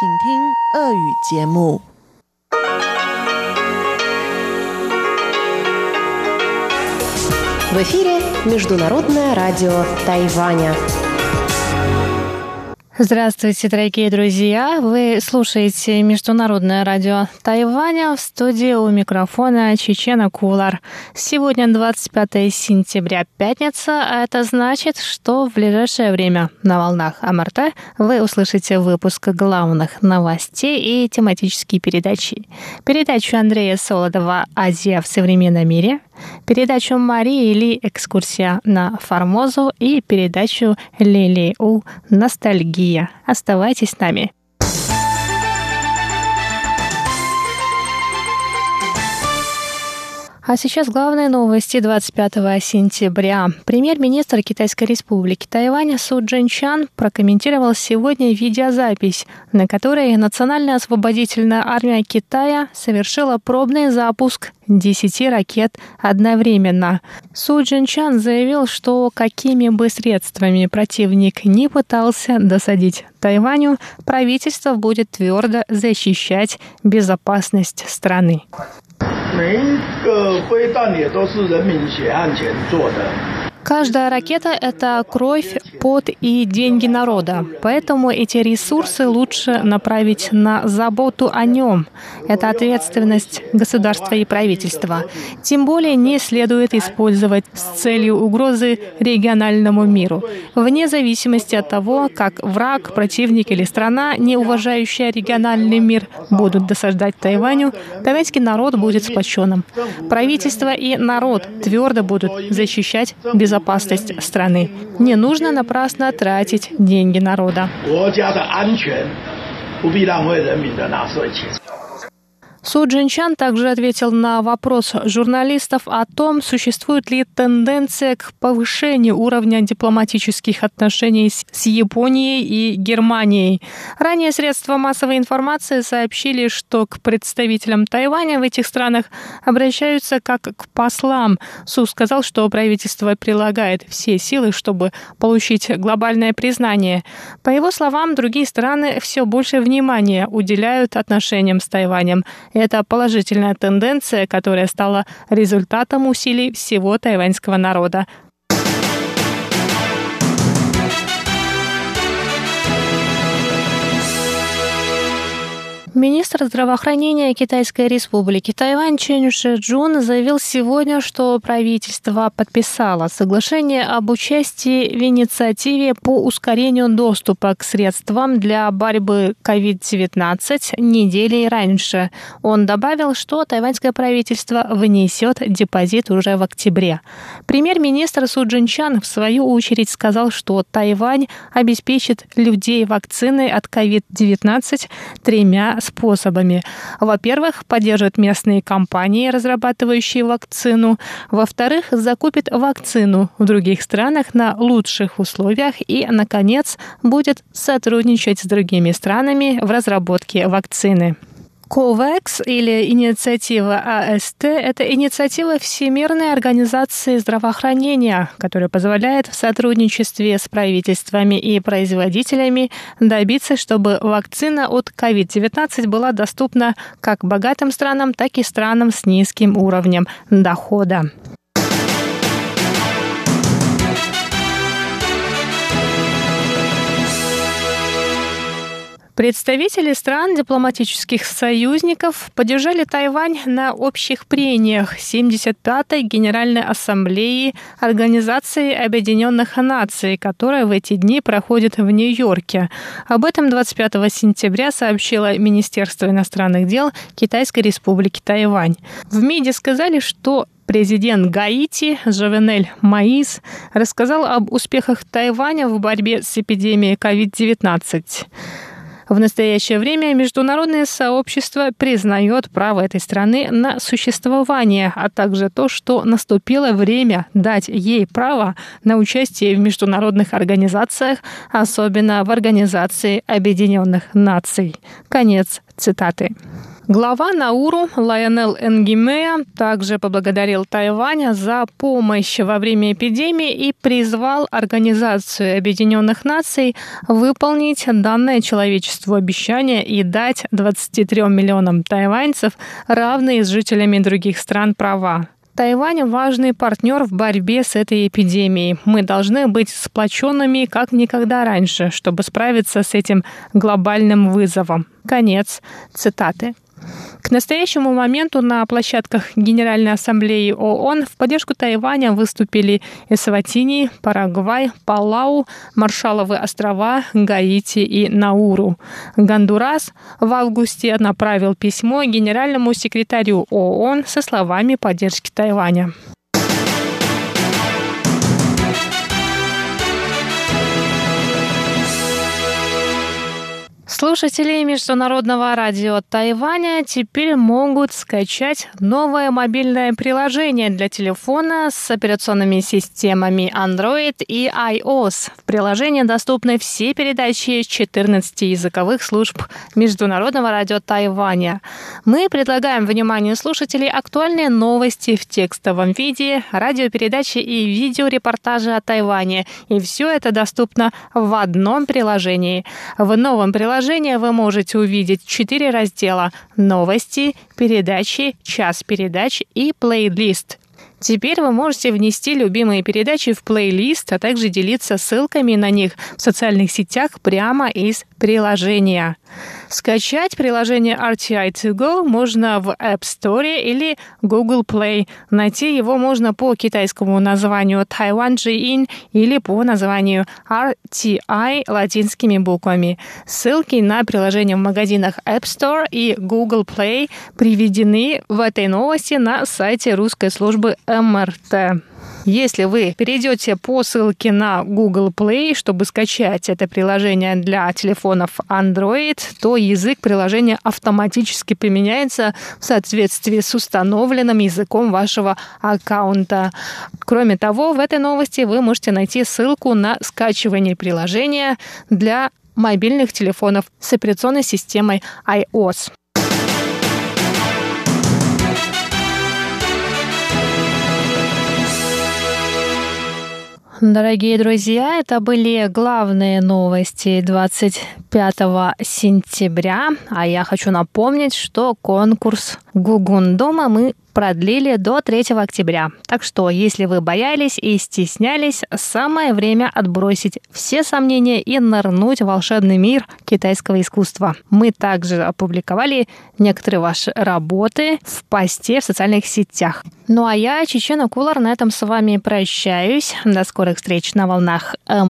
请听俄语节目。 В эфире Международное радио Тайваня. Здравствуйте, дорогие друзья! Вы слушаете Международное радио Тайваня. В студии у микрофона Чечена Кулар. Сегодня 25 сентября, пятница, а это значит, что в ближайшее время на волнах МРТ вы услышите выпуск главных новостей и тематические передачи. Передачу Андрея Солодова «Азия в современном мире», передачу Марии Ли «Экскурсия на Формозу» и передачу Лили У «Ностальгия». Оставайтесь с нами. А сейчас главные новости 25 сентября. Премьер-министр Китайской республики Тайвань Су Чжэньчан прокомментировал сегодня видеозапись, на которой Национальная освободительная армия Китая совершила пробный запуск 10 ракет одновременно. Су Чжэньчан заявил, что какими бы средствами противник ни пытался досадить Тайваню, правительство будет твердо защищать безопасность страны. Каждая ракета – это кровь, пот и деньги народа. Поэтому эти ресурсы лучше направить на заботу о нем. Это ответственность государства и правительства. Тем более не следует использовать с целью угрозы региональному миру. Вне зависимости от того, как враг, противник или страна, не уважающая региональный мир, будут досаждать Тайваню, тайваньский народ будет сплоченным. Правительство и народ твердо будут защищать безопасность страны. Не нужно напрасно тратить деньги народа. Су Чжэньчан также ответил на вопрос журналистов о том, существует ли тенденция к повышению уровня дипломатических отношений с Японией и Германией. Ранее средства массовой информации сообщили, что к представителям Тайваня в этих странах обращаются как к послам. Су сказал, что правительство прилагает все силы, чтобы получить глобальное признание. По его словам, другие страны все больше внимания уделяют отношениям с Тайванем. Это положительная тенденция, которая стала результатом усилий всего тайваньского народа. Министр здравоохранения Китайской республики Тайвань Чен Шиджун заявил сегодня, что правительство подписало соглашение об участии в инициативе по ускорению доступа к средствам для борьбы COVID-19 недели раньше. Он добавил, что тайваньское правительство внесет депозит уже в октябре. Премьер-министр Су Чжэньчан в свою очередь сказал, что Тайвань обеспечит людей вакциной от COVID-19 тремя способами. Во-первых, поддержит местные компании, разрабатывающие вакцину. Во-вторых, закупит вакцину в других странах на лучших условиях. И, наконец, будет сотрудничать с другими странами в разработке вакцины. COVAX или инициатива АСТ – это инициатива Всемирной организации здравоохранения, которая позволяет в сотрудничестве с правительствами и производителями добиться, чтобы вакцина от COVID-19 была доступна как богатым странам, так и странам с низким уровнем дохода. Представители стран дипломатических союзников поддержали Тайвань на общих прениях 75-й Генеральной Ассамблеи Организации Объединенных Наций, которая в эти дни проходит в Нью-Йорке. Об этом 25 сентября сообщило Министерство иностранных дел Китайской республики Тайвань. В МИДе сказали, что президент Гаити Жовенель Моис рассказал об успехах Тайваня в борьбе с эпидемией COVID-19. В настоящее время международное сообщество признает право этой страны на существование, а также то, что наступило время дать ей право на участие в международных организациях, особенно в Организации Объединенных Наций. Конец цитаты. Глава Науру Лайонел Энгимеа также поблагодарил Тайвань за помощь во время эпидемии и призвал Организацию Объединенных Наций выполнить данное человечеству обещание и дать 23 миллионам тайваньцев равные с жителями других стран права. Тайвань – важный партнер в борьбе с этой эпидемией. Мы должны быть сплоченными как никогда раньше, чтобы справиться с этим глобальным вызовом. Конец цитаты. К настоящему моменту на площадках Генеральной Ассамблеи ООН в поддержку Тайваня выступили Эсватини, Парагвай, Палау, Маршалловы острова, Гаити и Науру. Гондурас в августе направил письмо генеральному секретарю ООН со словами поддержки Тайваня. Слушатели Международного радио Тайваня теперь могут скачать новое мобильное приложение для телефона с операционными системами Android и iOS. В приложении доступны все передачи 14 языковых служб Международного радио Тайваня. Мы предлагаем вниманию слушателей актуальные новости в текстовом виде, радиопередачи и видеорепортажи о Тайване. И все это доступно в одном приложении. В новом приложении вы можете увидеть 4 раздела: новости, передачи, час передач и плейлист. Теперь вы можете внести любимые передачи в плейлист, а также делиться ссылками на них в социальных сетях прямо из приложения. Скачать приложение RTI2Go можно в App Store или Google Play. Найти его можно по китайскому названию Taiwan Zhiyin или по названию RTI латинскими буквами. Ссылки на приложение в магазинах App Store и Google Play приведены в этой новости на сайте русской службы МРТ. Если вы перейдете по ссылке на Google Play, чтобы скачать это приложение для телефонов Android, то язык приложения автоматически применяется в соответствии с установленным языком вашего аккаунта. Кроме того, в этой новости вы можете найти ссылку на скачивание приложения для мобильных телефонов с операционной системой iOS. Дорогие друзья, это были главные новости 25 сентября. А я хочу напомнить, что конкурс Гугундома мы продлили до 3 октября. Так что, если вы боялись и стеснялись, самое время отбросить все сомнения и нырнуть в волшебный мир китайского искусства. Мы также опубликовали некоторые ваши работы в посте в социальных сетях. Ну а я, Чечена Кулар, на этом с вами прощаюсь. До скорых встреч на волнах